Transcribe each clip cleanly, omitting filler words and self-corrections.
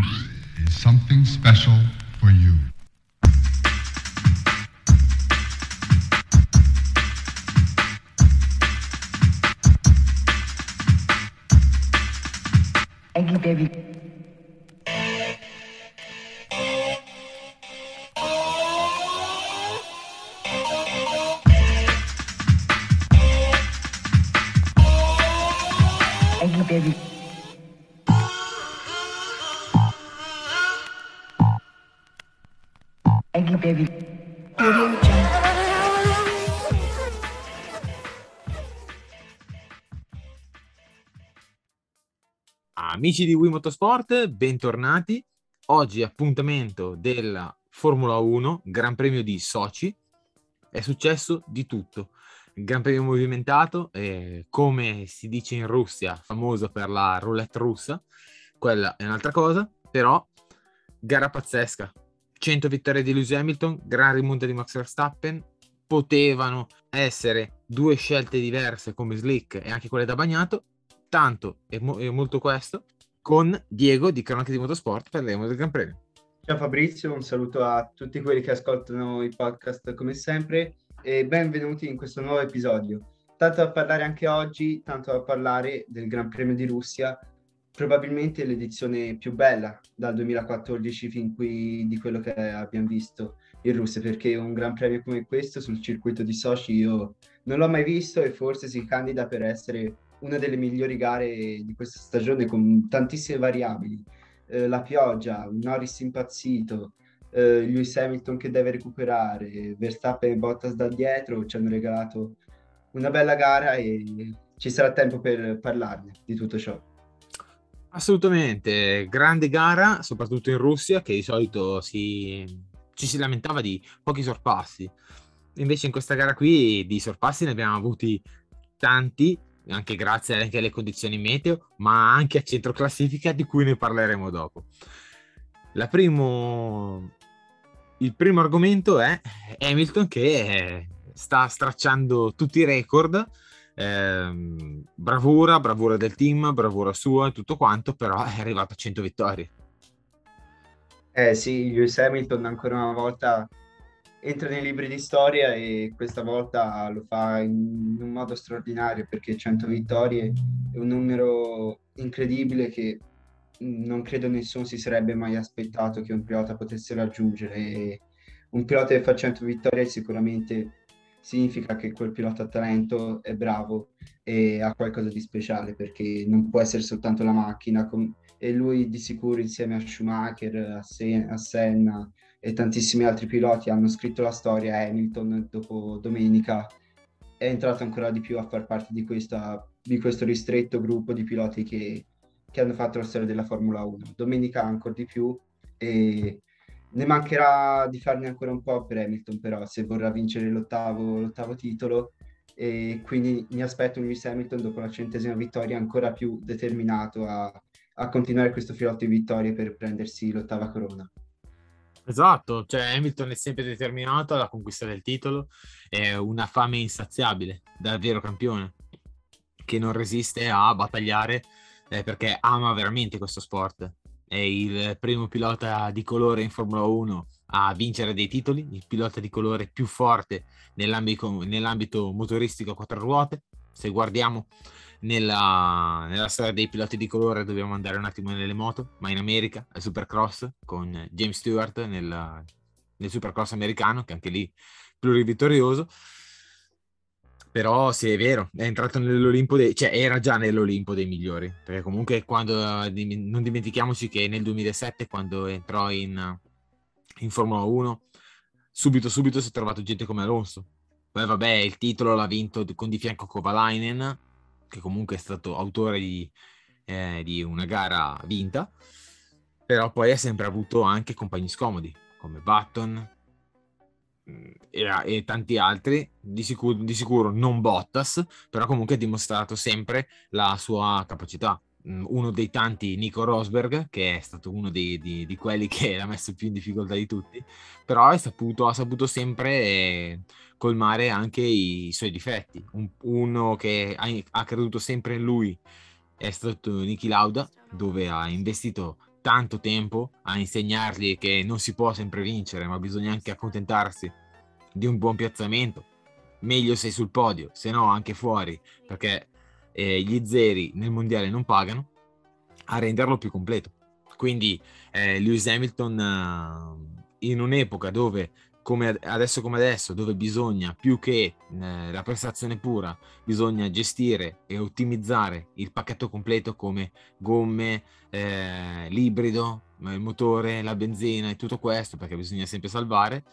is something special for you. Eggy baby. Eggy baby. Eggy baby. Audio Jungle. Amici di Wii Motorsport, bentornati. Oggi appuntamento della Formula 1, Gran Premio di Sochi. È successo di tutto. Gran Premio movimentato, come si dice in Russia, famoso per la roulette russa. Quella è un'altra cosa, però gara pazzesca. 100 vittorie di Lewis Hamilton, gran rimonta di Max Verstappen. Potevano essere due scelte diverse come slick e anche quelle da bagnato. Tanto e molto questo con Diego di Cronache di Motorsport parleremo del Gran Premio. Ciao Fabrizio, un saluto a tutti quelli che ascoltano il podcast come sempre e benvenuti in questo nuovo episodio. Tanto da parlare anche oggi, tanto da parlare del Gran Premio di Russia, probabilmente l'edizione più bella dal 2014 fin qui di quello che abbiamo visto in Russia, perché un Gran Premio come questo sul circuito di Sochi io non l'ho mai visto e forse si candida per essere una delle migliori gare di questa stagione con tantissime variabili. La pioggia, un Norris impazzito, Lewis Hamilton che deve recuperare, Verstappen e Bottas da dietro ci hanno regalato una bella gara e ci sarà tempo per parlarne di tutto ciò. Assolutamente, grande gara, soprattutto in Russia, che di solito ci si lamentava di pochi sorpassi. Invece in questa gara qui di sorpassi ne abbiamo avuti tanti, anche grazie anche alle condizioni meteo, ma anche a centro classifica di cui ne parleremo dopo. Il primo argomento è Hamilton che sta stracciando tutti i record, bravura del team, bravura sua e tutto quanto, però è arrivato a 100 vittorie. Sì, Lewis Hamilton ancora una volta entra nei libri di storia e questa volta lo fa in un modo straordinario perché 100 vittorie è un numero incredibile che non credo nessuno si sarebbe mai aspettato che un pilota potesse raggiungere. E un pilota che fa 100 vittorie sicuramente significa che quel pilota ha talento, è bravo e ha qualcosa di speciale perché non può essere soltanto la macchina e lui di sicuro insieme a Schumacher, a Senna e tantissimi altri piloti hanno scritto la storia. Hamilton dopo domenica è entrato ancora di più a far parte di questo ristretto gruppo di piloti che hanno fatto la storia della Formula 1. Domenica ancora di più e ne mancherà di farne ancora un po' per Hamilton, però se vorrà vincere l'ottavo titolo, e quindi mi aspetto un Lewis Hamilton dopo la 100ª vittoria ancora più determinato a continuare questo filotto di vittorie per prendersi l'ottava corona. Esatto, cioè Hamilton è sempre determinato alla conquista del titolo, è una fame insaziabile, da vero campione, che non resiste a battagliare perché ama veramente questo sport. È il primo pilota di colore in Formula 1 a vincere dei titoli, il pilota di colore più forte nell'ambito motoristico a quattro ruote. Se guardiamo nella storia dei piloti di colore dobbiamo andare un attimo nelle moto, ma in America al Supercross con James Stewart nel Supercross americano, che anche lì plurivittorioso. Però sì, è vero, è entrato nell'Olimpo cioè era già nell'Olimpo dei migliori, perché comunque quando non dimentichiamoci che nel 2007 quando entrò in Formula 1 subito si è trovato gente come Alonso. Poi vabbè, il titolo l'ha vinto con di fianco Kovalainen, che comunque è stato autore di una gara vinta, però poi ha sempre avuto anche compagni scomodi come Button e tanti altri, di sicuro non Bottas, però comunque ha dimostrato sempre la sua capacità. Uno dei tanti, Nico Rosberg, che è stato uno di quelli che l'ha messo più in difficoltà di tutti, però ha saputo sempre colmare anche i suoi difetti. Uno che ha creduto sempre in lui è stato Niki Lauda, dove ha investito tanto tempo a insegnargli che non si può sempre vincere, ma bisogna anche accontentarsi di un buon piazzamento. Meglio sei sul podio, se no anche fuori, perché gli zeri nel mondiale non pagano, a renderlo più completo. Quindi Lewis Hamilton, in un'epoca dove come adesso, dove bisogna più che la prestazione pura, bisogna gestire e ottimizzare il pacchetto completo come gomme, l'ibrido, il motore, la benzina e tutto questo, perché bisogna sempre salvare,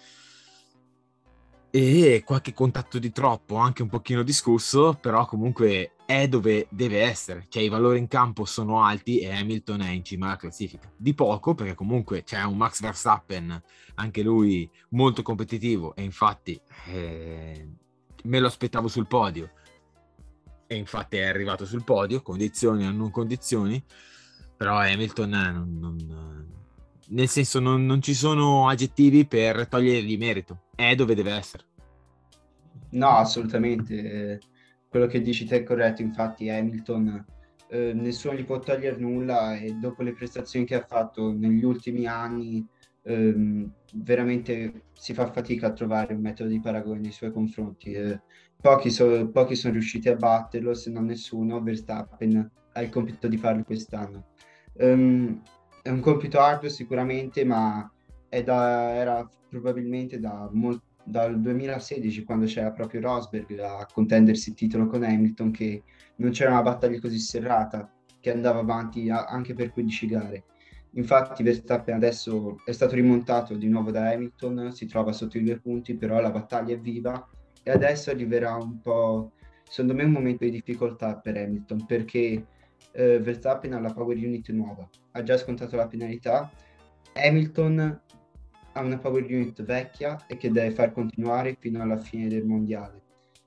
e qualche contatto di troppo, anche un pochino discusso, però comunque è dove deve essere, cioè i valori in campo sono alti e Hamilton è in cima alla classifica, di poco, perché comunque c'è un Max Verstappen, anche lui molto competitivo, e infatti me lo aspettavo sul podio, e infatti è arrivato sul podio, condizioni o non condizioni, però Hamilton nel senso non ci sono aggettivi per togliergli merito, è dove deve essere. No, assolutamente. Quello che dici te è corretto, infatti Hamilton nessuno gli può togliere nulla e dopo le prestazioni che ha fatto negli ultimi anni veramente si fa fatica a trovare un metodo di paragone nei suoi confronti. Pochi sono riusciti a batterlo, se non nessuno. Verstappen ha il compito di farlo quest'anno. È un compito arduo sicuramente, ma era probabilmente dal 2016, quando c'era proprio Rosberg a contendersi il titolo con Hamilton, che non c'era una battaglia così serrata, che andava avanti anche per 15 gare. Infatti Verstappen adesso è stato rimontato di nuovo da Hamilton, si trova sotto i 2 punti, però la battaglia è viva e adesso arriverà un po', secondo me, un momento di difficoltà per Hamilton, perché Verstappen ha la power unit nuova, ha già scontato la penalità. Hamilton ha una power unit vecchia e che deve far continuare fino alla fine del mondiale.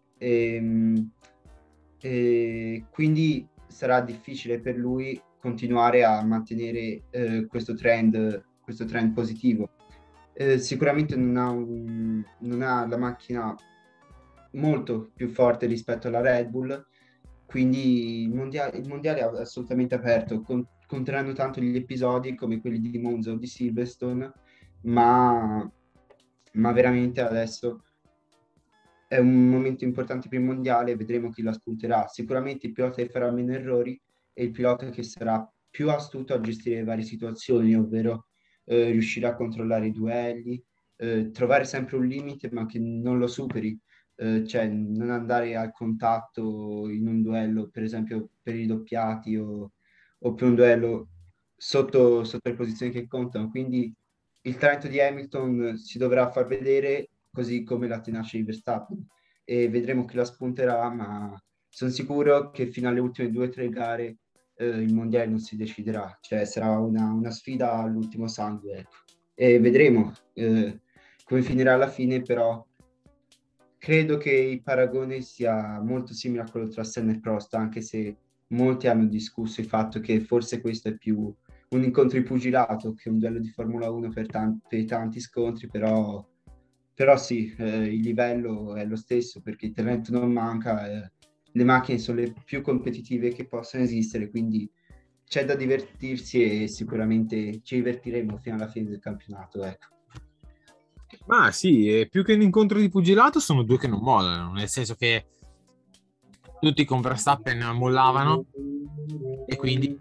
E quindi sarà difficile per lui continuare a mantenere questo trend positivo. Sicuramente non ha la macchina molto più forte rispetto alla Red Bull, quindi il mondiale è assolutamente aperto, conteranno tanto gli episodi come quelli di Monza o di Silverstone, ma veramente adesso è un momento importante per il mondiale, vedremo chi la spunterà. Sicuramente il pilota che farà meno errori è il pilota che sarà più astuto a gestire le varie situazioni, ovvero riuscirà a controllare i duelli, trovare sempre un limite ma che non lo superi, cioè non andare al contatto in un duello, per esempio per i doppiati o per un duello sotto le posizioni che contano. Quindi il talento di Hamilton si dovrà far vedere, così come la tenacia di Verstappen, e vedremo chi la spunterà, ma sono sicuro che fino alle ultime 2 o 3 gare il mondiale non si deciderà, cioè sarà una sfida all'ultimo sangue, ecco. E vedremo come finirà alla fine, però credo che il paragone sia molto simile a quello tra Senna e Prost, anche se molti hanno discusso il fatto che forse questo è più un incontro di pugilato che un duello di Formula 1 per tanti scontri, però sì, il livello è lo stesso perché il talento non manca, le macchine sono le più competitive che possono esistere, quindi c'è da divertirsi e sicuramente ci divertiremo fino alla fine del campionato, ecco. Ma sì, più che un incontro di pugilato sono 2 che non mollano, nel senso che tutti con Verstappen mollavano e quindi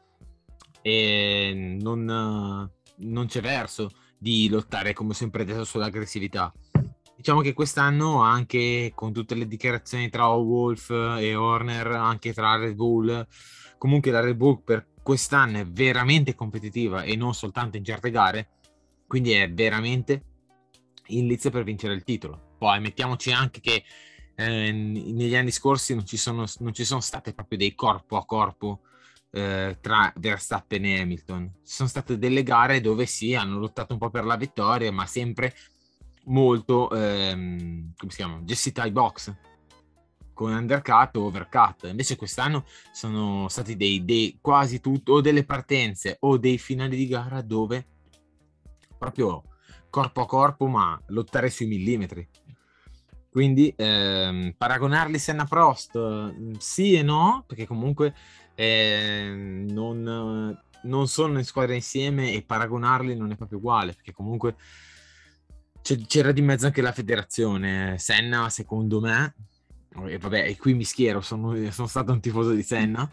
non c'è verso di lottare, come sempre detto, sull'aggressività. Diciamo che quest'anno, anche con tutte le dichiarazioni tra Wolff e Horner, anche tra Red Bull, comunque la Red Bull per quest'anno è veramente competitiva e non soltanto in certe gare, quindi è veramente in lizza per vincere il titolo. Poi mettiamoci anche che negli anni scorsi non ci sono state proprio dei corpo a corpo tra Verstappen e Hamilton. Ci sono state delle gare dove sì, hanno lottato un po' per la vittoria, ma sempre molto come si chiama? Gestita ai box con undercut o overcut. Invece quest'anno sono stati dei quasi tutto o delle partenze o dei finali di gara dove proprio corpo a corpo, ma lottare sui millimetri. Quindi paragonarli Senna-Prost sì e no, perché comunque non sono in squadra insieme e paragonarli non è proprio uguale, perché comunque c'era di mezzo anche la federazione. Senna, secondo me, e vabbè, e qui mi schiero, sono stato un tifoso di Senna,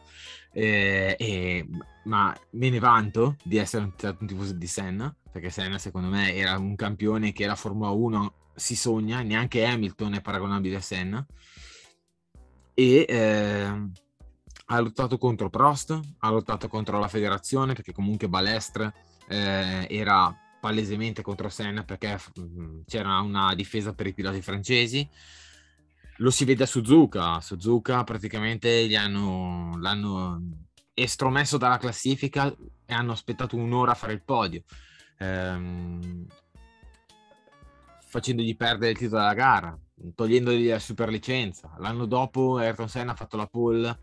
ma me ne vanto di essere stato un tifoso di Senna, perché Senna secondo me era un campione che la Formula 1 si sogna, neanche Hamilton è paragonabile a Senna, e ha lottato contro Prost, ha lottato contro la federazione, perché comunque Balestre era palesemente contro Senna, perché c'era una difesa per i piloti francesi. Lo si vede a Suzuka praticamente l'hanno estromesso dalla classifica e hanno aspettato un'ora a fare il podio, facendogli perdere il titolo della gara, togliendogli la superlicenza. L'anno dopo Ayrton Senna ha fatto la pole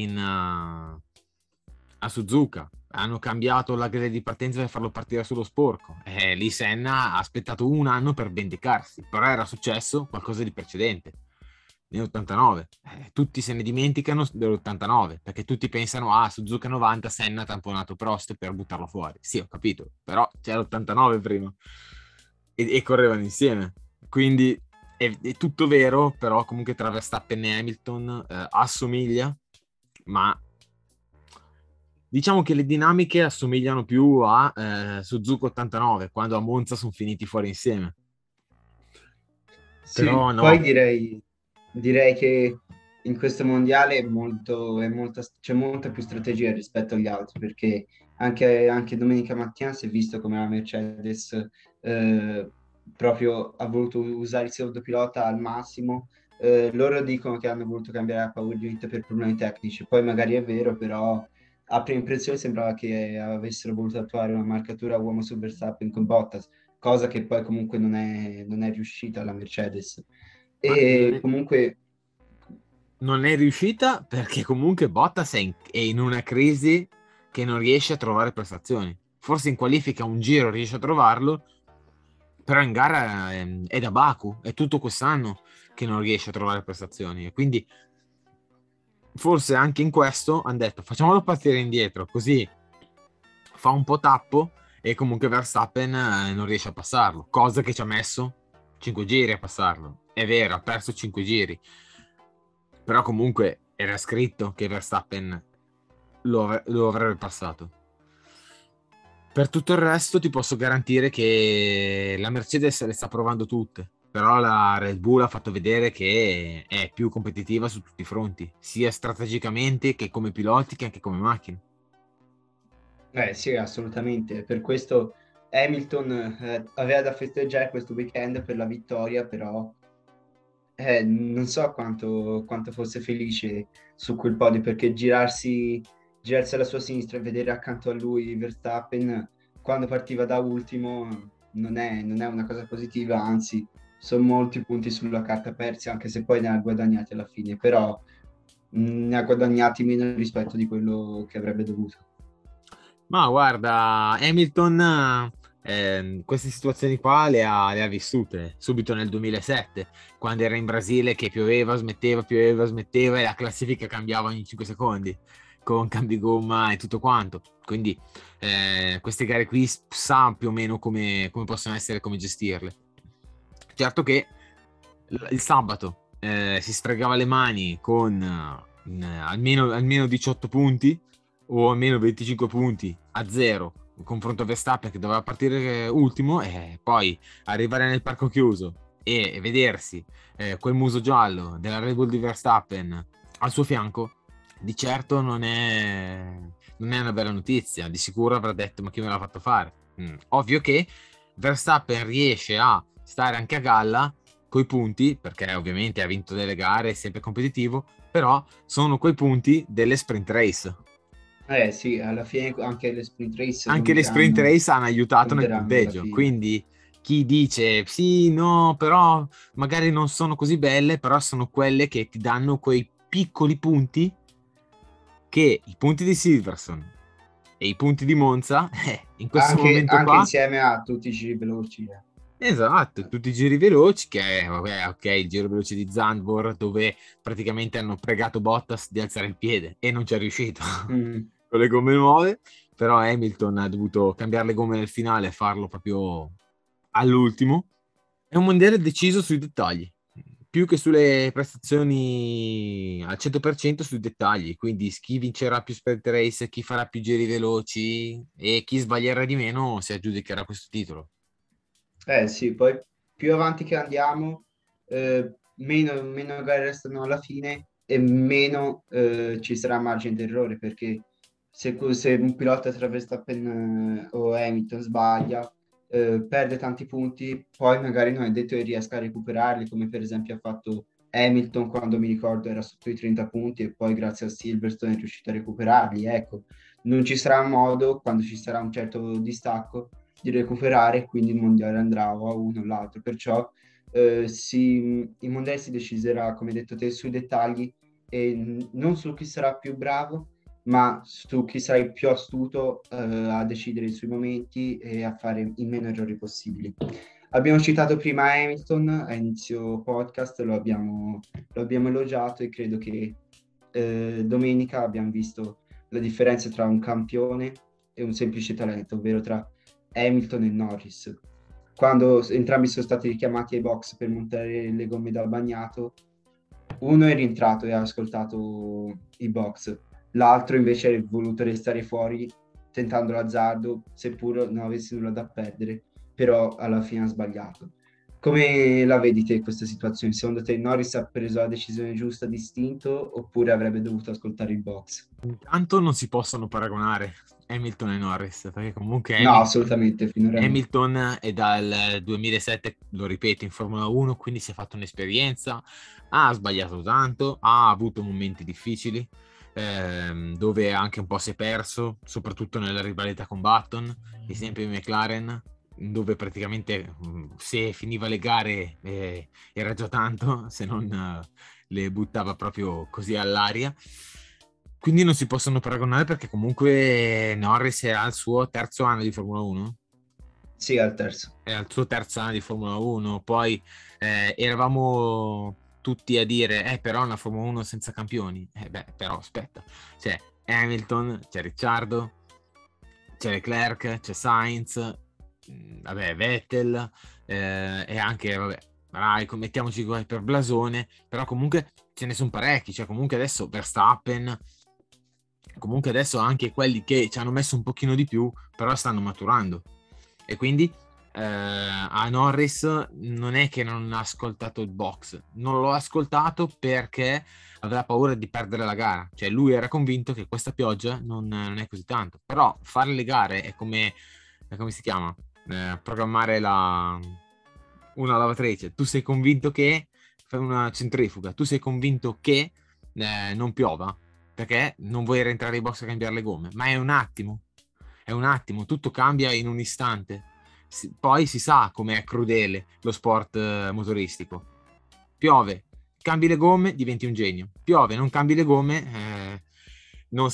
a Suzuka, hanno cambiato la griglia di partenza per farlo partire sullo sporco, e lì Senna ha aspettato un anno per vendicarsi, però era successo qualcosa di precedente nell'89. Tutti se ne dimenticano dell'89 perché tutti pensano Suzuka 90, Senna ha tamponato Prost per buttarlo fuori. Sì, ho capito, però c'era l'89 prima e correvano insieme, quindi è tutto vero, però comunque tra Verstappen e Hamilton assomiglia, ma diciamo che le dinamiche assomigliano più a Suzuka 89, quando a Monza sono finiti fuori insieme. Sì, Però no. poi direi che in questo mondiale c'è molta più strategia rispetto agli altri, perché anche domenica mattina si è visto come la Mercedes proprio ha voluto usare il secondo pilota al massimo. Loro dicono che hanno voluto cambiare la power unit per problemi tecnici, poi magari è vero, però a prima impressione sembrava che avessero voluto attuare una marcatura uomo su Verstappen con Bottas, cosa che poi comunque non è riuscita alla Mercedes. E comunque non è riuscita perché comunque Bottas è in una crisi che non riesce a trovare prestazioni. Forse in qualifica un giro riesce a trovarlo, però in gara è da Baku, è tutto quest'anno che non riesce a trovare prestazioni, e quindi forse anche in questo hanno detto facciamolo partire indietro, così fa un po' tappo e comunque Verstappen non riesce a passarlo, cosa che ci ha messo 5 giri a passarlo. È vero, ha perso 5 giri, però comunque era scritto che Verstappen lo avrebbe passato. Per tutto il resto ti posso garantire che la Mercedes le sta provando tutte, però la Red Bull ha fatto vedere che è più competitiva su tutti i fronti, sia strategicamente che come piloti che anche come macchine. Sì, assolutamente. Per questo Hamilton aveva da festeggiare questo weekend per la vittoria, però non so quanto fosse felice su quel podio, perché girarsi alla sua sinistra e vedere accanto a lui Verstappen quando partiva da ultimo non è una cosa positiva, anzi sono molti punti sulla carta persi, anche se poi ne ha guadagnati alla fine, però ne ha guadagnati meno rispetto di quello che avrebbe dovuto. Ma guarda, Hamilton queste situazioni qua le ha vissute subito nel 2007, quando era in Brasile che pioveva, smetteva e la classifica cambiava ogni 5 secondi con cambigomma e tutto quanto. Quindi queste gare qui sa più o meno come possono essere, come gestirle. Certo che il sabato si sfregava le mani con almeno 18 punti o almeno 25 punti a 0 in confronto a Verstappen che doveva partire ultimo, e poi arrivare nel parco chiuso e vedersi quel muso giallo della Red Bull di Verstappen al suo fianco, di certo non è una bella notizia. Di sicuro avrà detto ma chi me l'ha fatto fare. Ovvio che Verstappen riesce a stare anche a galla coi punti, perché ovviamente ha vinto delle gare, è sempre competitivo, però sono quei punti delle sprint race. Sì, alla fine anche le sprint race Hanno aiutato nel punteggio, quindi chi dice sì, no, però magari non sono così belle, però sono quelle che ti danno quei piccoli punti, che i punti di Silverstone e i punti di Monza in questo momento anche qua, insieme a tutti i giri veloci. Esatto, tutti i giri veloci, che vabbè, ok, il giro veloce di Zandvoort dove praticamente hanno pregato Bottas di alzare il piede e non ci è riuscito con le gomme nuove, però Hamilton ha dovuto cambiare le gomme nel finale e farlo proprio all'ultimo. È un mondiale deciso sui dettagli, più che sulle prestazioni al 100% sui dettagli, quindi chi vincerà più sprint race, chi farà più giri veloci e chi sbaglierà di meno si aggiudicherà questo titolo. Sì, poi più avanti che andiamo, meno gare restano alla fine e meno ci sarà margine d'errore, perché se un pilota tra Verstappen o Hamilton sbaglia, perde tanti punti, poi magari non è detto che riesca a recuperarli, come per esempio ha fatto Hamilton quando mi ricordo era sotto i 30 punti e poi grazie a Silverstone è riuscito a recuperarli. Ecco, non ci sarà modo, quando ci sarà un certo distacco, di recuperare, quindi il mondiale andrà o a uno o l'altro. Perciò il mondiale si deciderà, come hai detto te, sui dettagli e non su chi sarà più bravo, ma su chi sarà il più astuto a decidere sui momenti e a fare i meno errori possibili. Abbiamo citato prima Hamilton a inizio podcast, lo abbiamo elogiato e credo che domenica abbiamo visto la differenza tra un campione e un semplice talento, ovvero tra Hamilton e Norris. Quando entrambi sono stati richiamati ai box per montare le gomme da bagnato, uno è rientrato e ha ascoltato i box, l'altro invece ha voluto restare fuori tentando l'azzardo, seppur non avesse nulla da perdere, però alla fine ha sbagliato. Come la vedi te questa situazione? Secondo te Norris ha preso la decisione giusta d'istinto oppure avrebbe dovuto ascoltare i box? Intanto non si possono paragonare Hamilton e Norris, perché comunque No, assolutamente, finora no. Hamilton è dal 2007, lo ripeto, in Formula 1, quindi si è fatto un'esperienza, ha sbagliato tanto, ha avuto momenti difficili, dove anche un po' si è perso, soprattutto nella rivalità con Button, esempio in McLaren, dove praticamente se finiva le gare era già tanto, se non le buttava proprio così all'aria. Quindi non si possono paragonare perché comunque Norris è al suo terzo anno di Formula 1. Sì, al terzo. È al suo terzo anno di Formula 1. Poi eravamo tutti a dire, però una Formula 1 senza campioni. Però aspetta, c'è Hamilton, c'è Ricciardo, c'è Leclerc, c'è Sainz, vabbè, Vettel, e anche, vabbè, Raikkonen, mettiamoci qua per blasone, però comunque ce ne sono parecchi, cioè comunque adesso Verstappen, comunque adesso anche quelli che ci hanno messo un pochino di più, però stanno maturando. E quindi a Norris non è che non ha ascoltato il box, non l'ho ascoltato perché aveva paura di perdere la gara, cioè lui era convinto che questa pioggia non è così tanto, però fare le gare come si chiama? Programmare una lavatrice, tu sei convinto che fai una centrifuga, tu sei convinto che non piova perché non vuoi rientrare in box a cambiare le gomme, ma è un attimo, tutto cambia in un istante. Poi si sa com'è crudele lo sport motoristico. Piove, cambi le gomme, diventi un genio. Piove, non cambi le gomme, non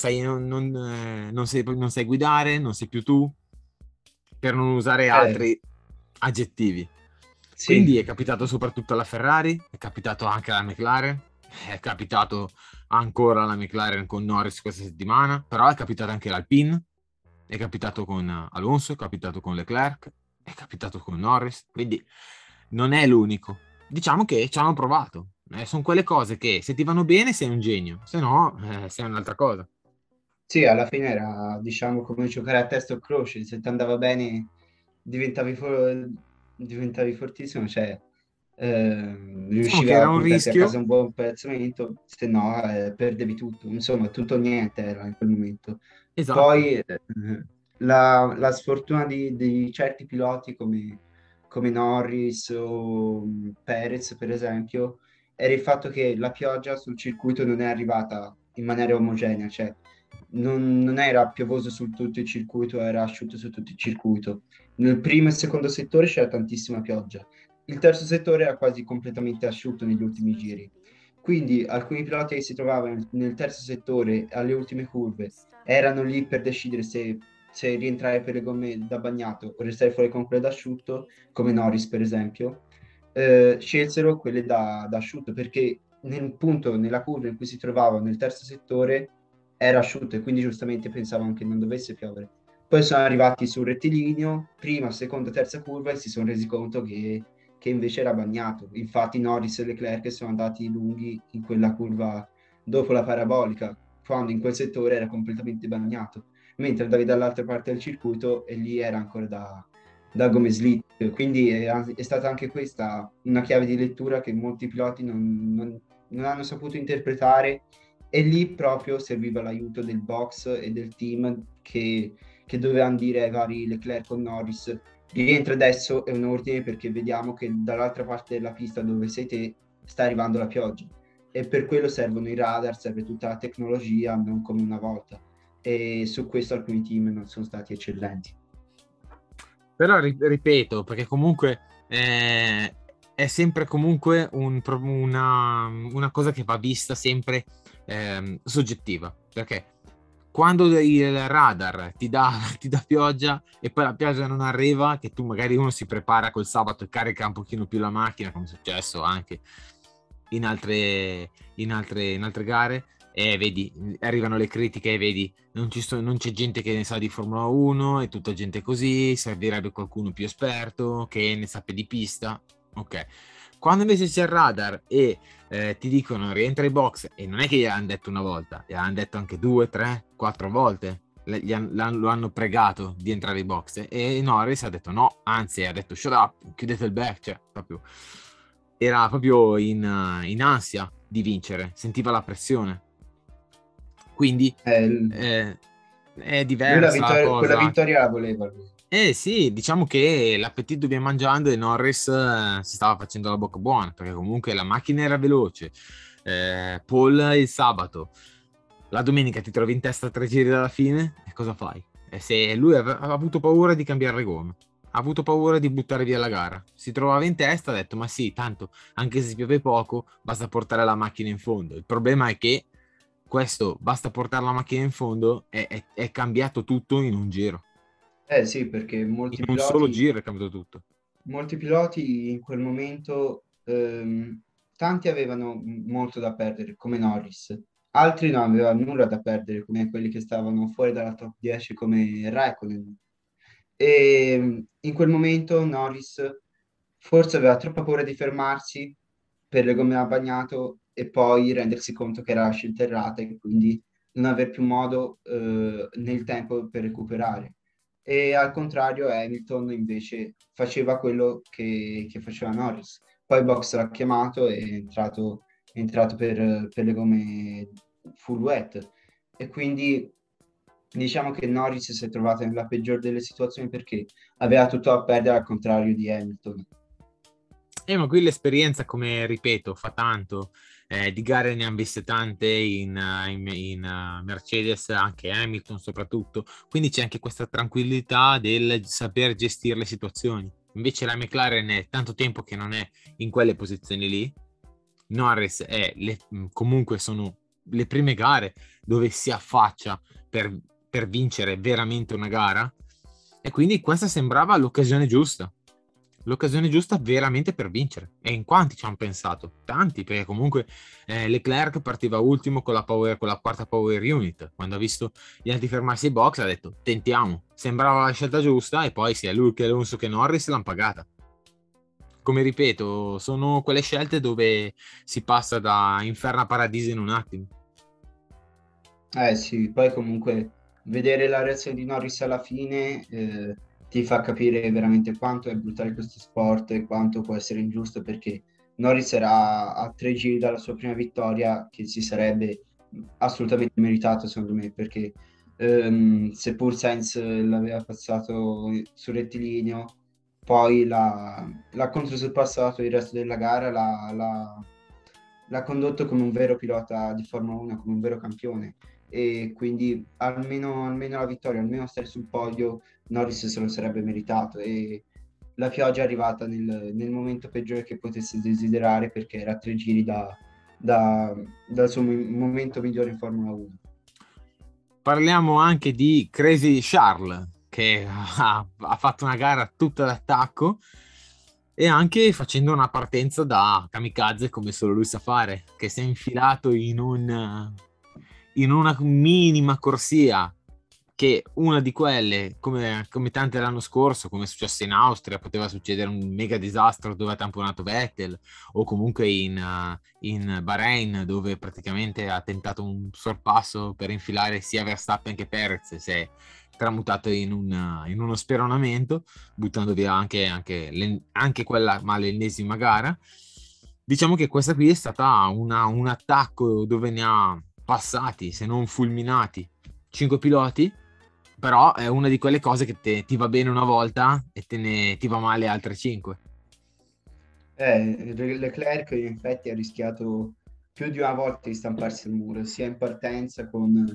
sai guidare, non sei più tu, per non usare Eh, altri aggettivi. sì, Quindi è capitato soprattutto alla Ferrari, è capitato anche alla McLaren, è capitato ancora alla McLaren con Norris questa settimana, però è capitato anche all'Alpine, è capitato con Alonso, è capitato con Leclerc, è capitato con Norris, quindi non è l'unico. Diciamo che ci hanno provato. Sono quelle cose che se ti vanno bene sei un genio, se no sei un'altra cosa. sì, alla fine era, diciamo, come giocare a testa o croce, se ti andava bene diventavi, diventavi fortissimo, cioè Diciamo riuscivi che era a un portarti a casa rischio, un buon piazzamento, se no perdevi tutto, insomma, tutto o niente era in quel momento. esatto. Poi la sfortuna di certi piloti come Norris o Perez, per esempio, era il fatto che la pioggia sul circuito non è arrivata in maniera omogenea, cioè non era piovoso su tutto il circuito, era asciutto su tutto il circuito. Nel primo e secondo settore c'era tantissima pioggia, il terzo settore era quasi completamente asciutto negli ultimi giri. Quindi alcuni piloti che si trovavano nel terzo settore alle ultime curve erano lì per decidere se rientrare per le gomme da bagnato o restare fuori con quelle da asciutto, come Norris per esempio, scelsero quelle da asciutto perché nel punto, nella curva in cui si trovavano nel terzo settore era asciutto e quindi giustamente pensavano che non dovesse piovere. Poi sono arrivati sul rettilineo, prima, seconda, terza curva e si sono resi conto che invece era bagnato. Infatti Norris e Leclerc sono andati lunghi in quella curva dopo la parabolica, quando in quel settore era completamente bagnato, mentre andavi dall'altra parte del circuito e lì era ancora da gome slick. Quindi è stata anche questa una chiave di lettura che molti piloti non hanno saputo interpretare e lì proprio serviva l'aiuto del box e del team che dovevano dire ai vari Leclerc o Norris: rientra adesso, è un ordine perché vediamo che dall'altra parte della pista dove sei te sta arrivando la pioggia e per quello servono i radar, serve tutta la tecnologia, non come una volta, e su questo alcuni team non sono stati eccellenti. Però ripeto, perché comunque è sempre comunque una cosa che va vista sempre soggettiva, perché quando il radar ti dà pioggia e poi la pioggia non arriva, che tu magari uno si prepara col sabato e carica un pochino più la macchina, come è successo anche in altre gare, e vedi, arrivano le critiche e vedi, non c'è gente che ne sa di Formula 1, è tutta gente così, servirebbe qualcuno più esperto che ne sappia di pista. Ok, quando invece c'è il radar e ti dicono rientra ai box, e non è che gliel'hanno detto una volta, gliel'hanno detto anche 2, 3, 4 volte, lo hanno pregato di entrare ai box, e Norris ha detto no, anzi ha detto shut up, chiudete il back, cioè proprio era proprio in ansia di vincere, sentiva la pressione, quindi è Lui diversa la quella cosa. vittoria la voleva lui. Sì, diciamo che l'appetito viene mangiando e Norris si stava facendo la bocca buona, perché comunque la macchina era veloce. Paul il sabato, la domenica ti trovi in testa a 3 giri dalla fine, e cosa fai? E se lui ha avuto paura di cambiare le gomme, ha avuto paura di buttare via la gara, si trovava in testa, ha detto ma sì, tanto anche se piove poco basta portare la macchina in fondo. Il problema è che questo basta portare la macchina in fondo è cambiato tutto in un giro. Sì, perché In un solo giro è cambiato tutto. molti piloti in quel momento, tanti avevano molto da perdere, come Norris, altri non avevano nulla da perdere, come quelli che stavano fuori dalla top 10, come Raikkonen. E in quel momento Norris forse aveva troppa paura di fermarsi per le gomme a bagnato e poi rendersi conto che era la scelta errata e quindi non aver più modo nel tempo per recuperare. E al contrario Hamilton invece faceva quello che faceva Norris. Poi Box l'ha chiamato e è entrato per le gomme full wet e quindi diciamo che Norris si è trovato nella peggiore delle situazioni perché aveva tutto da perdere al contrario di Hamilton. Ma qui l'esperienza, come ripeto, fa tanto. Di gare ne hanno viste tante in Mercedes, anche Hamilton soprattutto. Quindi c'è anche questa tranquillità del saper gestire le situazioni. Invece la McLaren è tanto tempo che non è in quelle posizioni lì. Norris comunque sono le prime gare dove si affaccia per vincere veramente una gara, e quindi questa sembrava l'occasione giusta veramente per vincere. E in quanti ci hanno pensato? Tanti, perché comunque Leclerc partiva ultimo con la quarta power unit. Quando ha visto gli altri fermarsi ai box ha detto tentiamo, sembrava la scelta giusta, e poi sia lui che Alonso che Norris l'hanno pagata. Come ripeto, sono quelle scelte dove si passa da inferno a paradiso in un attimo. Sì, poi comunque vedere la reazione di Norris alla fine ti fa capire veramente quanto è brutale questo sport e quanto può essere ingiusto, perché Norris era a 3 giri dalla sua prima vittoria che si sarebbe assolutamente meritato secondo me, perché seppur Sainz l'aveva passato sul rettilineo, poi l'ha controsorpassato il resto della gara, l'ha condotto come un vero pilota di Formula 1, come un vero campione, e quindi almeno la vittoria, almeno stare sul podio, Norris se lo sarebbe meritato. E la pioggia è arrivata nel momento peggiore che potesse desiderare, perché era a 3 giri dal suo momento migliore in Formula 1. Parliamo anche di Crazy Charles, che ha fatto una gara tutta d'attacco e anche facendo una partenza da kamikaze come solo lui sa fare, che si è infilato in una minima corsia, che una di quelle, come tante l'anno scorso, come è successo in Austria, poteva succedere un mega disastro dove ha tamponato Vettel, o comunque in Bahrain, dove praticamente ha tentato un sorpasso per infilare sia Verstappen che Perez, si è tramutato in uno speronamento, buttando via anche quella, ma l'ennesima gara. Diciamo che questa qui è stata un attacco dove ne ha passati, se non fulminati, 5 piloti, però è una di quelle cose che ti va bene una volta e ti va male altre 5. Leclerc in effetti ha rischiato più di una volta di stamparsi il muro, sia in partenza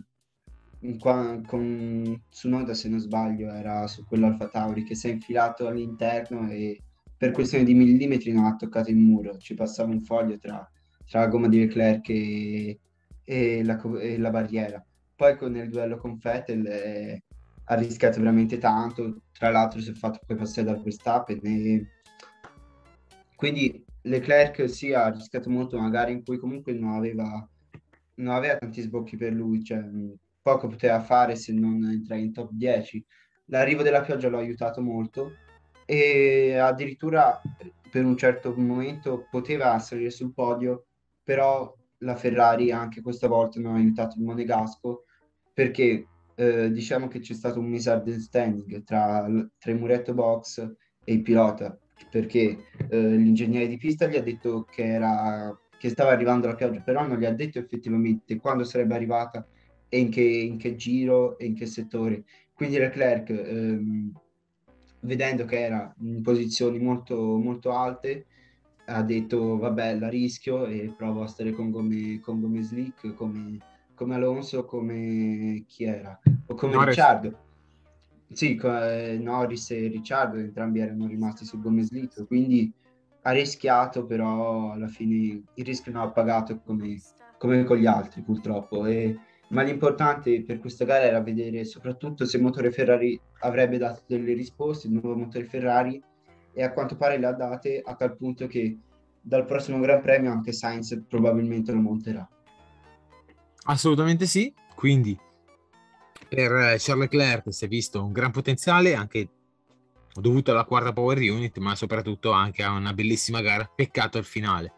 con Tsunoda, se non sbaglio, era su quello Alfa Tauri, che si è infilato all'interno e per questione di millimetri non ha toccato il muro, ci passava un foglio tra la gomma di Leclerc e la barriera. Poi con il duello con Vettel ha rischiato veramente tanto, tra l'altro si è fatto poi passare da Verstappen e quindi Leclerc sì ha rischiato molto una gara in cui comunque non aveva tanti sbocchi per lui, cioè poco poteva fare se non entrare in top 10. L'arrivo della pioggia l'ha aiutato molto e addirittura per un certo momento poteva salire sul podio, però la Ferrari anche questa volta non ha aiutato il Monegasco perché diciamo che c'è stato un misunderstanding tra il muretto box e il pilota, perché l'ingegnere di pista gli ha detto che stava arrivando la pioggia, però non gli ha detto effettivamente quando sarebbe arrivata e in che giro e in che settore. Quindi Leclerc, vedendo che era in posizioni molto, molto alte, ha detto vabbè, la rischio e provo a stare con gomme slick, come Alonso, come chi era? O come Norris. Ricciardo. Sì, Norris e Ricciardo, entrambi erano rimasti su gomme slick, quindi ha rischiato, però alla fine il rischio non ha pagato come con gli altri, purtroppo. Ma l'importante per questa gara era vedere soprattutto se il motore Ferrari avrebbe dato delle risposte, il nuovo motore Ferrari, e a quanto pare le ha date, a tal punto che dal prossimo Gran Premio anche Sainz probabilmente lo monterà. Assolutamente sì, quindi per Charles Leclerc si è visto un gran potenziale anche dovuto alla quarta power unit, ma soprattutto anche a una bellissima gara. Peccato il finale,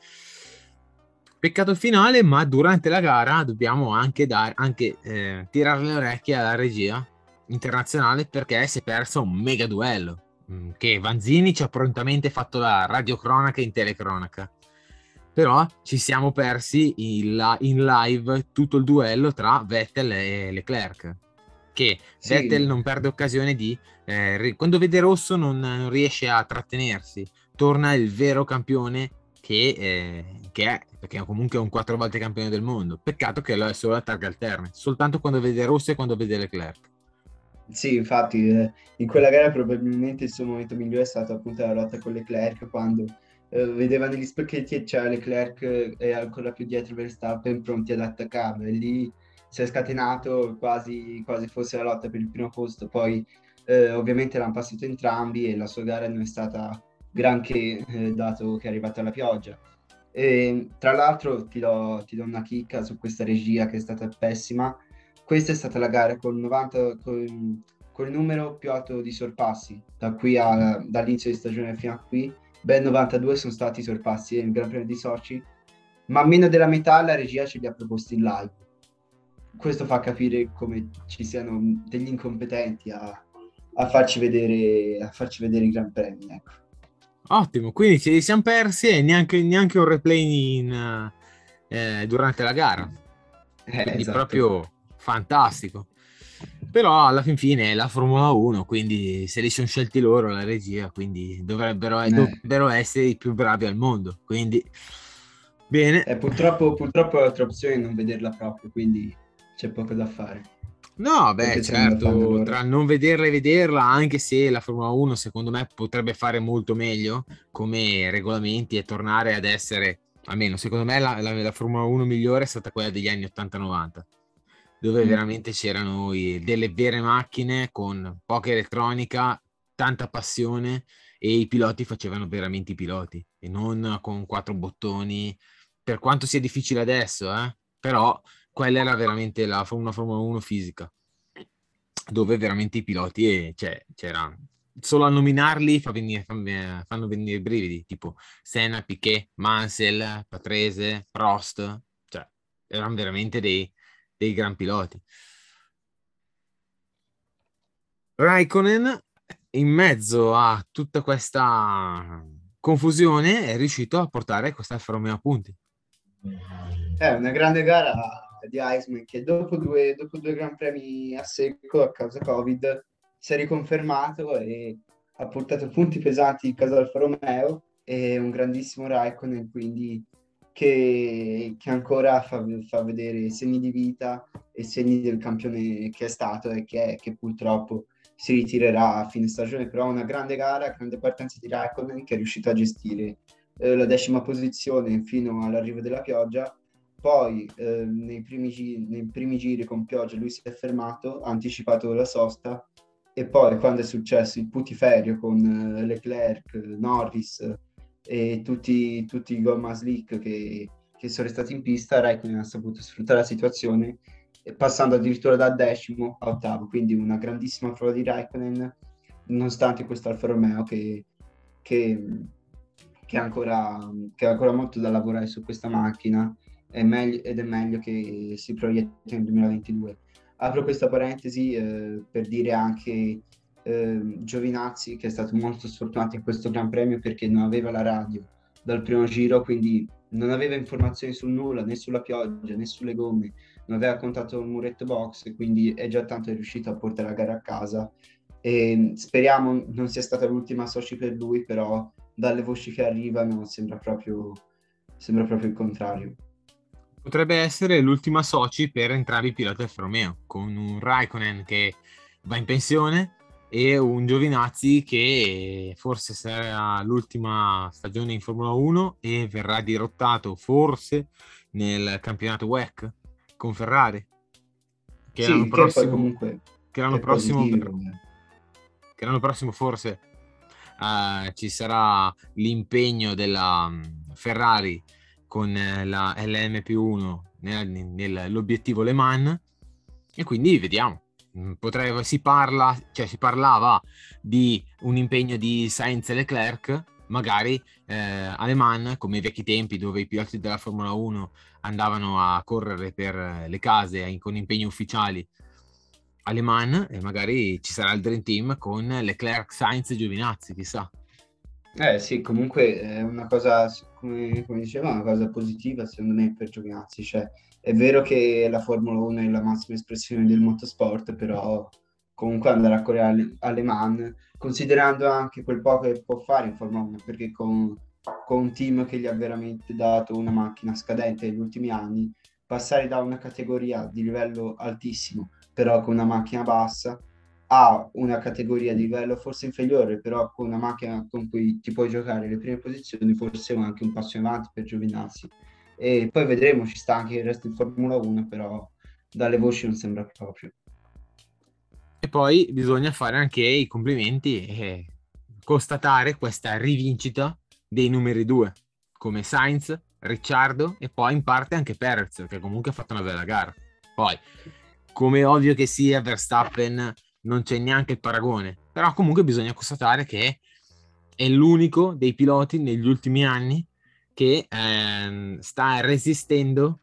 ma durante la gara dobbiamo anche tirare le orecchie alla regia internazionale, perché si è perso un mega duello che Vanzini ci ha prontamente fatto la radiocronaca in telecronaca, però ci siamo persi in live tutto il duello tra Vettel e Leclerc, che Sì, Vettel non perde occasione di quando vede rosso non riesce a trattenersi, torna il vero campione che è, perché comunque è un 4 volte campione del mondo. Peccato che lo è solo a targhe alterne, soltanto quando vede rosso e quando vede Leclerc. sì, infatti in quella gara probabilmente il suo momento migliore è stato appunto la lotta con Leclerc, quando vedeva negli specchietti e c'era Leclerc e ancora più dietro Verstappen pronti ad attaccarlo, e lì si è scatenato quasi, quasi fosse la lotta per il primo posto. Poi ovviamente l'hanno passato entrambi e la sua gara non è stata granché, dato che è arrivata la pioggia. E, tra l'altro ti do una chicca su questa regia che è stata pessima. Questa è stata la gara con il numero più alto di sorpassi dall'inizio di stagione fino a qui. Ben 92 sono stati i sorpassi nel Gran Premio di Sochi, ma meno della metà la regia ce li ha proposti in live. Questo fa capire come ci siano degli incompetenti a farci vedere i Gran Premi, ecco. Ottimo, quindi ci siamo persi e neanche un replay durante la gara, quindi Esatto. proprio fantastico. Però alla fin fine è la Formula 1, quindi se li sono scelti loro la regia, quindi dovrebbero essere i più bravi al mondo, quindi bene. Purtroppo l'altra opzione è non vederla proprio, quindi c'è poco da fare. No, beh, Perché se non la fanno certo, loro. tra non vederla e vederla, anche se la Formula 1 secondo me potrebbe fare molto meglio come regolamenti e tornare ad essere, almeno secondo me la Formula 1 migliore è stata quella degli anni 80-90, dove veramente c'erano delle vere macchine con poca elettronica, tanta passione, e i piloti facevano veramente i piloti e non con 4 bottoni, per quanto sia difficile adesso, però quella era veramente una Formula 1 fisica, dove veramente i piloti, c'era solo a nominarli fanno venire i brividi, tipo Senna, Piquet, Mansell, Patrese, Prost, cioè erano veramente dei gran piloti. Raikkonen, in mezzo a tutta questa confusione, è riuscito a portare questa Alfa Romeo a punti. È una grande gara di Iceman che dopo due Gran Premi a secco a causa Covid si è riconfermato e ha portato punti pesanti in casa Alfa Romeo e un grandissimo Raikkonen quindi che ancora fa vedere segni di vita e segni del campione che è stato e che purtroppo si ritirerà a fine stagione, però una grande gara, grande partenza di Raikkonen che è riuscito a gestire la 10ª posizione fino all'arrivo della pioggia. Poi nei primi giri con pioggia lui si è fermato, ha anticipato la sosta e poi quando è successo il putiferio con Leclerc, Norris e tutti i gomma slick che sono restati in pista, Raikkonen ha saputo sfruttare la situazione passando addirittura da 10° a 8°, quindi una grandissima prova di Raikkonen nonostante questo Alfa Romeo che ha ancora molto da lavorare su questa macchina ed è meglio che si proietti nel 2022. Apro questa parentesi per dire anche Giovinazzi che è stato molto sfortunato in questo Gran Premio perché non aveva la radio dal primo giro, quindi non aveva informazioni su nulla, né sulla pioggia né sulle gomme, non aveva contato il muretto box, quindi è già tanto riuscito a portare la gara a casa e speriamo non sia stata l'ultima Sochi per lui, però dalle voci che arrivano sembra proprio il contrario. Potrebbe essere l'ultima Sochi per entrambi i piloti Alfa Romeo, con un Raikkonen che va in pensione e un Giovinazzi che forse sarà l'ultima stagione in Formula 1 e verrà dirottato forse nel campionato WEC con Ferrari. Che Sì, l'anno che poi prossimo, comunque che l'anno è prossimo, positivo. che l'anno prossimo forse ci sarà l'impegno della Ferrari con la LMP1 nell'obiettivo Le Mans e quindi vediamo. Si parlava di un impegno di Sainz e Leclerc, magari a Le Mans, come i vecchi tempi dove i piloti della Formula 1 andavano a correre per le case con impegni ufficiali a Le Mans, e magari ci sarà il Dream Team con Leclerc, Sainz e Giovinazzi, chissà. Sì, comunque è una cosa, come diceva, una cosa positiva secondo me per Giovinazzi. Cioè, è vero che la Formula 1 è la massima espressione del motorsport, però comunque andare a correre alle Man, considerando anche quel poco che può fare in Formula 1, perché con un team che gli ha veramente dato una macchina scadente negli ultimi anni, passare da una categoria di livello altissimo, però con una macchina bassa, a una categoria di livello forse inferiore, però con una macchina con cui ti puoi giocare le prime posizioni, forse è anche un passo in avanti per Giovinazzi. E poi vedremo, ci sta anche il resto di Formula 1, però dalle voci non sembra proprio. E poi bisogna fare anche i complimenti e constatare questa rivincita dei numeri 2, come Sainz, Ricciardo e poi in parte anche Perez, che comunque ha fatto una bella gara. Poi, come ovvio che sia, Verstappen non c'è neanche il paragone, però comunque bisogna constatare che è l'unico dei piloti negli ultimi anni che sta resistendo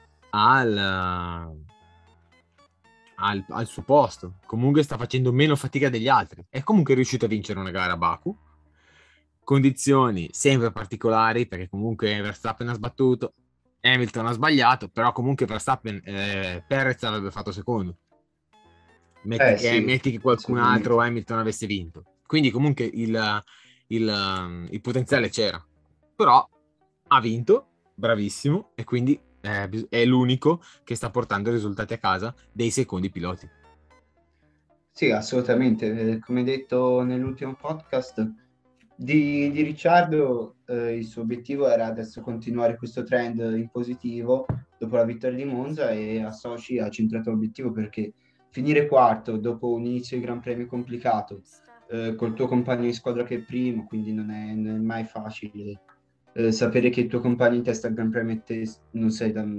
al suo posto. Comunque sta facendo meno fatica degli altri. È comunque riuscito a vincere una gara a Baku. Condizioni sempre particolari, perché comunque Verstappen ha sbattuto, Hamilton ha sbagliato, però comunque Verstappen, Perez avrebbe fatto secondo. Sì, Metti che qualcun assolutamente. altro Hamilton avesse vinto. Quindi comunque il potenziale c'era. Però ha vinto, bravissimo, e quindi è l'unico che sta portando i risultati a casa dei secondi piloti. Sì, assolutamente. Come detto nell'ultimo podcast di Ricciardo, il suo obiettivo era adesso continuare questo trend in positivo dopo la vittoria di Monza e a Sochi ha centrato l'obiettivo perché finire quarto dopo un inizio di Gran Premio complicato, col tuo compagno di squadra che è primo, quindi non è mai facile sapere che il tuo compagno in testa al Gran Premio e te non sei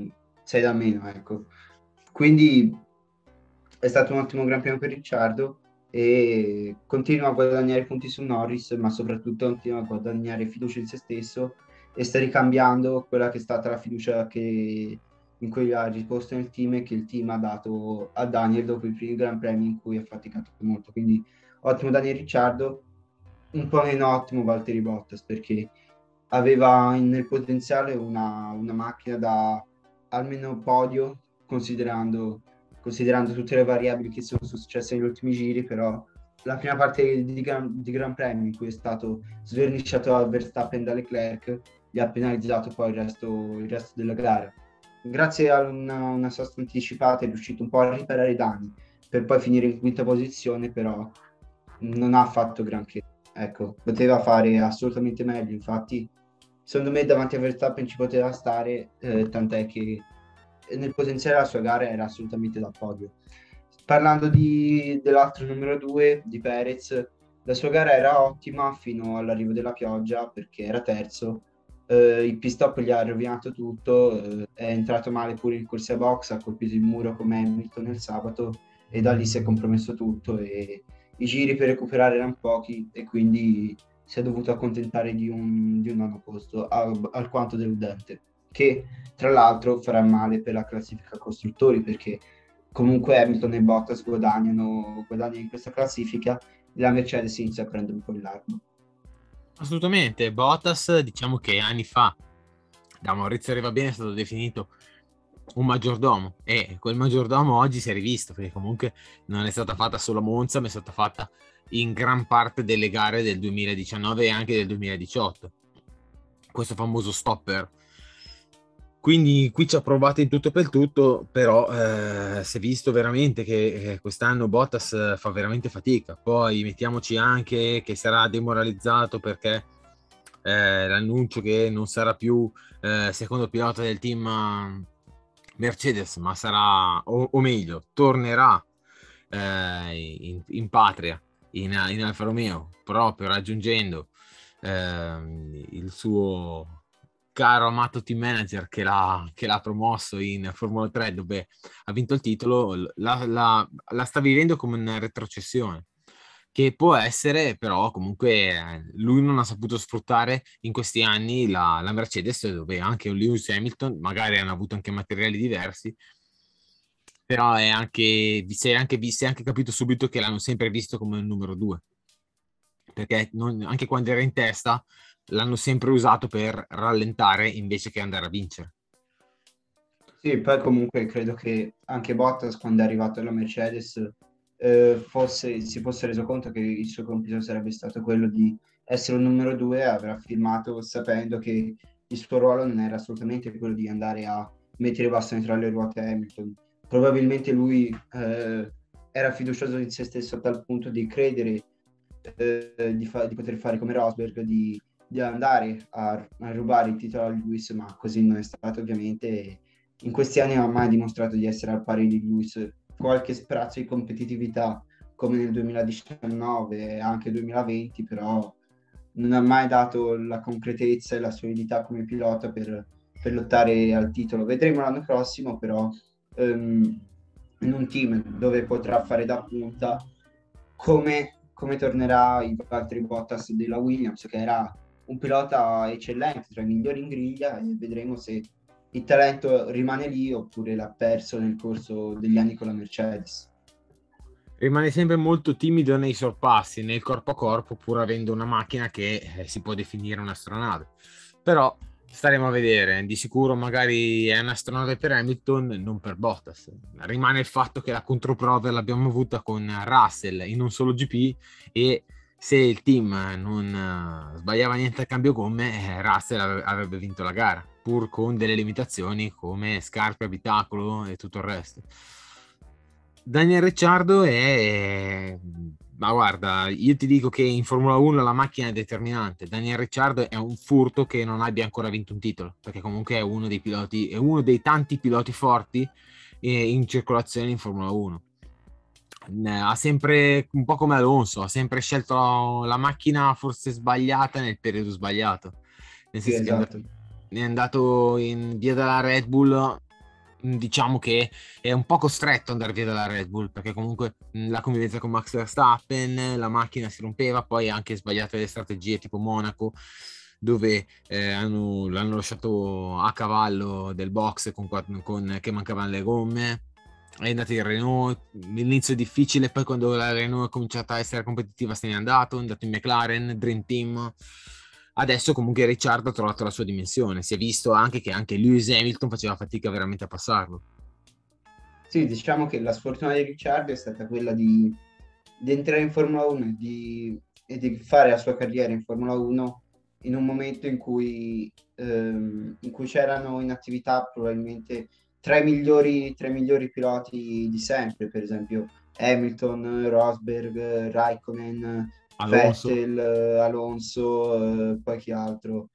sei da meno, ecco. Quindi è stato un ottimo Gran Premio per Ricciardo e continua a guadagnare punti su Norris, ma soprattutto continua a guadagnare fiducia in se stesso e sta ricambiando quella che è stata la fiducia in cui ha risposto nel team e che il team ha dato a Daniel dopo i primi Gran Premi in cui ha faticato molto. Quindi ottimo Daniel Ricciardo, un po' meno ottimo Valtteri Bottas perché aveva nel potenziale una macchina da almeno podio, considerando tutte le variabili che sono successe negli ultimi giri, però la prima parte di Gran Premio in cui è stato sverniciato a Verstappen da Leclerc gli ha penalizzato poi il resto della gara. Grazie a una sosta anticipata è riuscito un po' a riparare i danni per poi finire in quinta posizione, però non ha fatto granché. Ecco, poteva fare assolutamente meglio, infatti secondo me davanti a Verstappen ci poteva stare, tant'è che nel potenziale la sua gara era assolutamente da podio. Parlando dell'altro numero 2, di Perez, la sua gara era ottima fino all'arrivo della pioggia perché era terzo, il pit stop gli ha rovinato tutto, è entrato male pure in corsia box, ha colpito il muro come Hamilton il sabato e da lì si è compromesso tutto e i giri per recuperare erano pochi e quindi si è dovuto accontentare di un nono posto alquanto deludente, che tra l'altro farà male per la classifica costruttori perché comunque Hamilton e Bottas guadagnano in questa classifica e la Mercedes inizia a prendere un po' il largo. Assolutamente, Bottas diciamo che anni fa da Maurizio Arrivabene è stato definito un maggiordomo e quel maggiordomo oggi si è rivisto perché comunque non è stata fatta solo a Monza ma è stata fatta in gran parte delle gare del 2019 e anche del 2018, questo famoso stopper. Quindi qui ci ha provato in tutto per tutto, però si è visto veramente che quest'anno Bottas fa veramente fatica. Poi mettiamoci anche che sarà demoralizzato perché l'annuncio che non sarà più secondo pilota del team Mercedes, ma sarà, o meglio, tornerà in patria, in Alfa Romeo, proprio raggiungendo il suo caro amato team manager che l'ha promosso in Formula 3 dove ha vinto il titolo, la sta vivendo come una retrocessione che può essere, però comunque lui non ha saputo sfruttare in questi anni la Mercedes, dove anche Lewis e Hamilton magari hanno avuto anche materiali diversi, però si è anche capito subito che l'hanno sempre visto come il numero 2, perché anche quando era in testa l'hanno sempre usato per rallentare invece che andare a vincere. Sì, poi comunque credo che anche Bottas quando è arrivato alla Mercedes si fosse reso conto che il suo compito sarebbe stato quello di essere un numero 2, avrà firmato sapendo che il suo ruolo non era assolutamente quello di andare a mettere i bastoni tra le ruote a Hamilton. Probabilmente lui era fiducioso in se stesso a tal punto di credere di poter fare come Rosberg, di andare a rubare il titolo a Lewis, ma così non è stato ovviamente. In questi anni non ha mai dimostrato di essere al pari di Lewis, qualche sprazzo di competitività come nel 2019 e anche 2020, però non ha mai dato la concretezza e la solidità come pilota per lottare al titolo. Vedremo l'anno prossimo però in un team dove potrà fare da punta come tornerà il Valtteri Bottas della Williams, che era un pilota eccellente, tra i migliori in griglia, e vedremo se il talento rimane lì oppure l'ha perso nel corso degli anni con la Mercedes. Rimane sempre molto timido nei sorpassi, nel corpo a corpo, pur avendo una macchina che si può definire un'astronave. Però staremo a vedere, di sicuro magari è un'astronave per Hamilton, non per Bottas. Rimane il fatto che la controprova l'abbiamo avuta con Russell in un solo GP e se il team non sbagliava niente al cambio gomme, Russell avrebbe vinto la gara, pur con delle limitazioni come scarpe, abitacolo e tutto il resto. Daniel Ricciardo ma guarda, io ti dico che in Formula 1 la macchina è determinante. Daniel Ricciardo è un furto che non abbia ancora vinto un titolo, perché comunque è uno dei piloti, è uno dei tanti piloti forti in circolazione in Formula 1. Ha sempre, un po' come Alonso, ha sempre scelto la macchina forse sbagliata nel periodo sbagliato. Nel senso che è andato in via dalla Red Bull diciamo che è un po' costretto ad andare via dalla Red Bull, perché comunque la convivenza con Max Verstappen, la macchina si rompeva, poi anche sbagliate le strategie tipo Monaco, dove l'hanno lasciato a cavallo del box che mancavano le gomme. È andato in Renault, l'inizio è difficile, poi quando la Renault è cominciata a essere competitiva se n'è andato, è andato in McLaren, Dream Team. Adesso comunque Ricciardo ha trovato la sua dimensione, si è visto anche che anche Lewis Hamilton faceva fatica veramente a passarlo. Sì, diciamo che la sfortuna di Ricciardo è stata quella di entrare in Formula 1 e di fare la sua carriera in Formula 1 in un momento in cui c'erano in attività probabilmente tre migliori piloti di sempre, per esempio Hamilton, Rosberg, Raikkonen, Alonso, Vettel, Alonso, poi chi altro?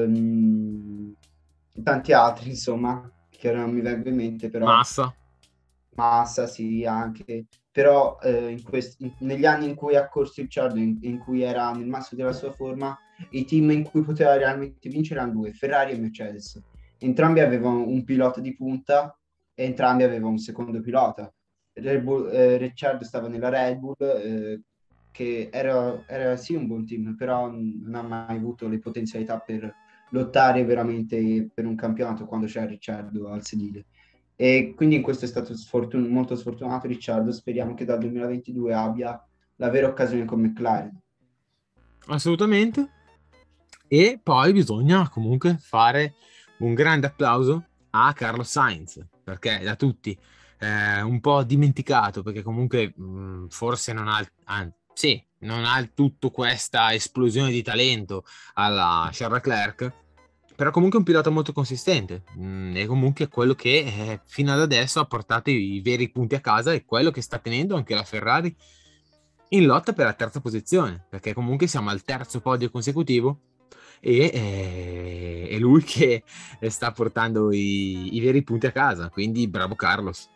Ehm, Tanti altri, insomma, che ora non mi vengono in mente, però Massa. Massa sì, anche, però negli anni in cui ha corso Ricciardo, in cui era nel massimo della sua forma, i team in cui poteva realmente vincere erano due, Ferrari e Mercedes. Entrambi avevano un pilota di punta e entrambi avevano un secondo pilota. Ricciardo stava nella Red Bull, che era sì un buon team, però non ha mai avuto le potenzialità per lottare veramente per un campionato quando c'era Ricciardo al sedile. E quindi in questo è stato molto sfortunato Ricciardo. Speriamo che dal 2022 abbia la vera occasione con McLaren. Assolutamente. E poi bisogna comunque fare un grande applauso a Carlos Sainz, perché da tutti un po' dimenticato, perché comunque forse non ha, sì, non ha tutto questa esplosione di talento alla Charles Leclerc, però comunque è un pilota molto consistente, e comunque è quello che fino ad adesso ha portato i veri punti a casa e quello che sta tenendo anche la Ferrari in lotta per la terza posizione, perché comunque siamo al terzo podio consecutivo e è lui che sta portando i veri punti a casa, quindi bravo Carlos.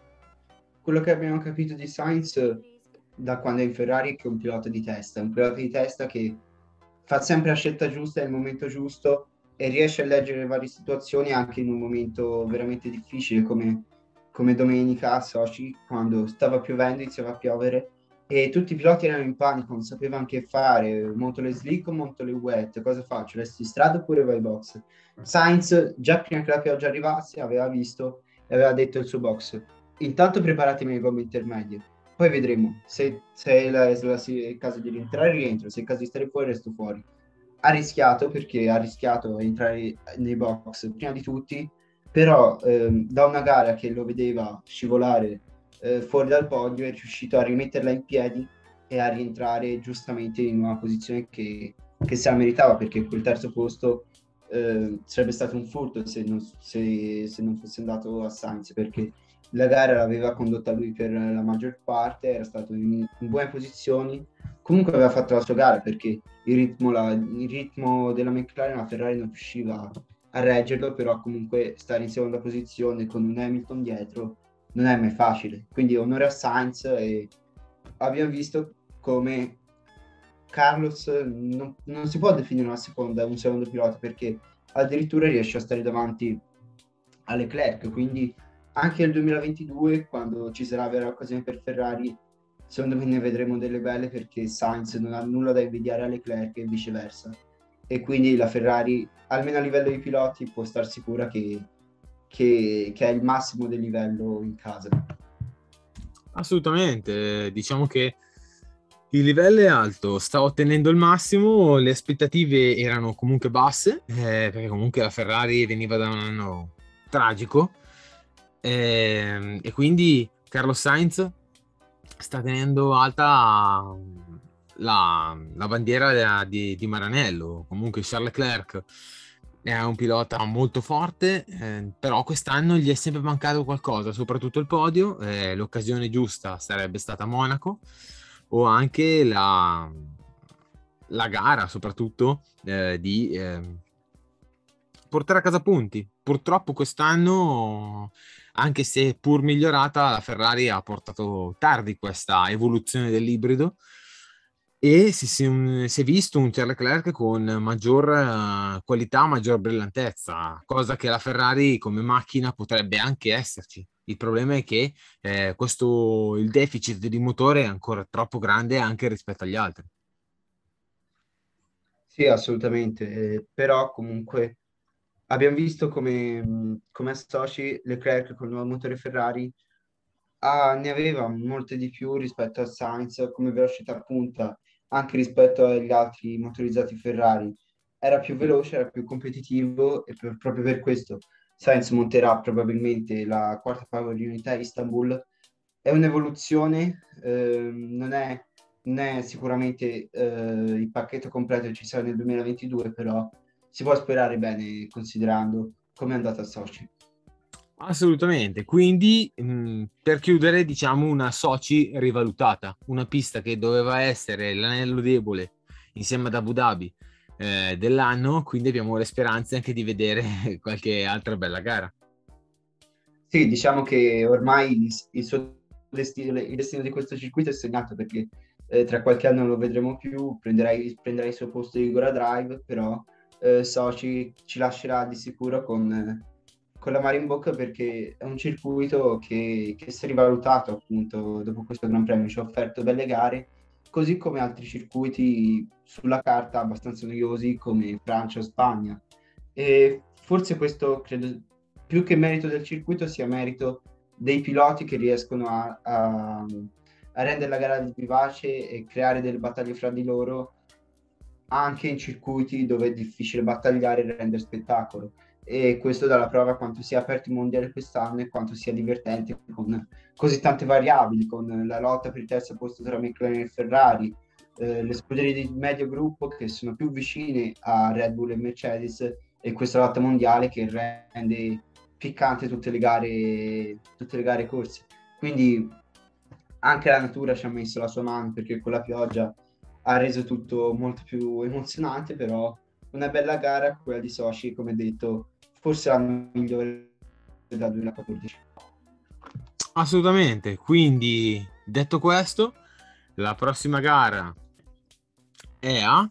Quello che abbiamo capito di Sainz da quando è in Ferrari è che è un pilota di testa che fa sempre la scelta giusta nel momento giusto e riesce a leggere le varie situazioni anche in un momento veramente difficile come domenica a Sochi, quando stava piovendo, iniziava a piovere e tutti i piloti erano in panico, non sapevano che fare, monto le slick o monto le wet, cosa faccio? Resto in strada oppure vai in box? Sainz, già prima che la pioggia arrivasse, aveva visto e aveva detto il suo box: intanto preparatemi le gomme intermedie, poi vedremo se è il caso di rientrare, rientro, se è il caso di stare fuori, resto fuori. Ha rischiato perché ha rischiato di entrare nei box prima di tutti, però da una gara che lo vedeva scivolare fuori dal podio è riuscito a rimetterla in piedi e a rientrare giustamente in una posizione che se la meritava, perché quel terzo posto sarebbe stato un furto se non fosse andato a Sainz, perché la gara l'aveva condotta lui per la maggior parte, era stato in buone posizioni, comunque aveva fatto la sua gara perché il ritmo della McLaren, la Ferrari non riusciva a reggerlo, però comunque stare in seconda posizione con un Hamilton dietro non è mai facile, quindi onore a Sainz. E abbiamo visto come Carlos non si può definire un secondo pilota, perché addirittura riesce a stare davanti a Leclerc, quindi anche nel 2022, quando ci sarà vera occasione per Ferrari, secondo me ne vedremo delle belle, perché Sainz non ha nulla da invidiare a Leclerc e viceversa, e quindi la Ferrari, almeno a livello di piloti, può star sicura che è il massimo del livello in casa. Assolutamente, diciamo che il livello è alto, sta ottenendo il massimo, le aspettative erano comunque basse, perché comunque la Ferrari veniva da un anno tragico, e quindi Carlos Sainz sta tenendo alta la bandiera di Maranello. Comunque Charles Leclerc è un pilota molto forte, però quest'anno gli è sempre mancato qualcosa, soprattutto il podio. L'occasione giusta sarebbe stata Monaco, o anche la gara soprattutto di portare a casa punti. Purtroppo quest'anno, anche se pur migliorata, la Ferrari ha portato tardi questa evoluzione dell'ibrido e si è visto un Charles Leclerc con maggior qualità, maggior brillantezza, cosa che la Ferrari come macchina potrebbe anche esserci. Il problema è che il deficit di motore è ancora troppo grande anche rispetto agli altri. Sì, assolutamente, però comunque abbiamo visto come a Sochi Leclerc con il nuovo motore Ferrari ne aveva molte di più rispetto a Sainz come velocità punta, anche rispetto agli altri motorizzati Ferrari. Era più veloce, era più competitivo e proprio per questo Sainz monterà probabilmente la quarta Power Unit a Istanbul. È un'evoluzione, non è sicuramente il pacchetto completo che ci sarà nel 2022, però si può sperare bene considerando come è andata a Sochi. Assolutamente, quindi per chiudere diciamo una Sochi rivalutata, una pista che doveva essere l'anello debole insieme ad Abu Dhabi dell'anno, quindi abbiamo le speranze anche di vedere qualche altra bella gara. Sì, diciamo che ormai il suo destino, il destino di questo circuito è segnato perché tra qualche anno non lo vedremo più, prenderà il suo posto di Gora Drive, però Sochi ci lascerà di sicuro con l'amaro in bocca perché è un circuito che si è rivalutato appunto dopo questo Gran Premio, ci ha offerto belle gare, così come altri circuiti sulla carta abbastanza noiosi come Francia o Spagna. E forse questo credo più che merito del circuito sia merito dei piloti che riescono a rendere la gara vivace e creare delle battaglie fra di loro anche in circuiti dove è difficile battagliare e rendere spettacolo. E questo dà la prova quanto sia aperto il mondiale quest'anno e quanto sia divertente con così tante variabili, con la lotta per il terzo posto tra McLaren e Ferrari, le scuderie di medio gruppo che sono più vicine a Red Bull e Mercedes e questa lotta mondiale che rende piccante tutte le gare corse. Quindi anche la natura ci ha messo la sua mano perché con la pioggia ha reso tutto molto più emozionante, però una bella gara, quella di Sochi, come detto, forse la migliore da 2014. Assolutamente, quindi detto questo, la prossima gara è a...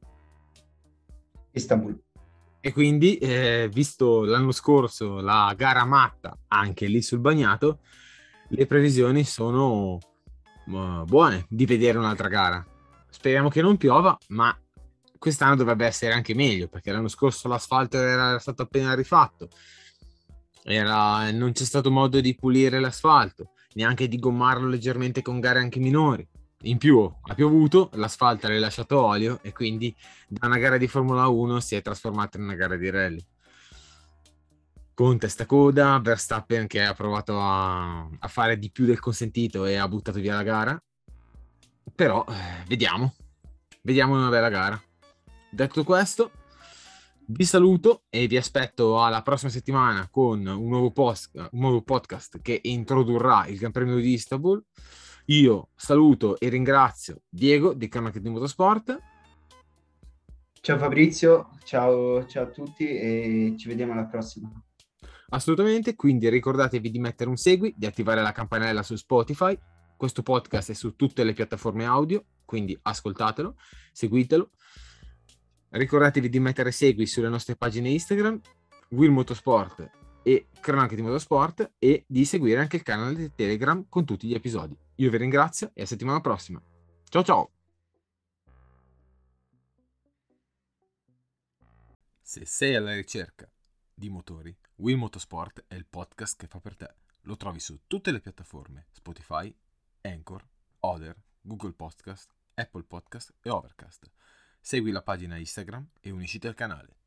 Istanbul. E quindi, visto l'anno scorso la gara matta anche lì sul bagnato, le previsioni sono buone di vedere un'altra gara. Speriamo che non piova, ma quest'anno dovrebbe essere anche meglio, perché l'anno scorso l'asfalto era stato appena rifatto, non c'è stato modo di pulire l'asfalto, neanche di gommarlo leggermente con gare anche minori. In più ha piovuto, l'asfalto ha rilasciato olio e quindi da una gara di Formula 1 si è trasformata in una gara di rally. Con testa coda, Verstappen che ha provato a fare di più del consentito e ha buttato via la gara. Però vediamo una bella gara. Detto questo, vi saluto e vi aspetto alla prossima settimana con un nuovo podcast che introdurrà il Gran Premio di Istanbul. Io saluto e ringrazio Diego di Cronache di Motorsport. Ciao Fabrizio, ciao a tutti e ci vediamo alla prossima. Assolutamente, quindi ricordatevi di mettere un segui, di attivare la campanella su Spotify. Questo podcast è su tutte le piattaforme audio, quindi ascoltatelo, seguitelo. Ricordatevi di mettere segui sulle nostre pagine Instagram, Will Motorsport e Cronache di Motorsport, e di seguire anche il canale di Telegram con tutti gli episodi. Io vi ringrazio e a settimana prossima. Ciao ciao! Se sei alla ricerca di motori, Will Motorsport è il podcast che fa per te. Lo trovi su tutte le piattaforme Spotify, Anchor, Other, Google Podcast, Apple Podcast e Overcast. Segui la pagina Instagram e unisciti al canale.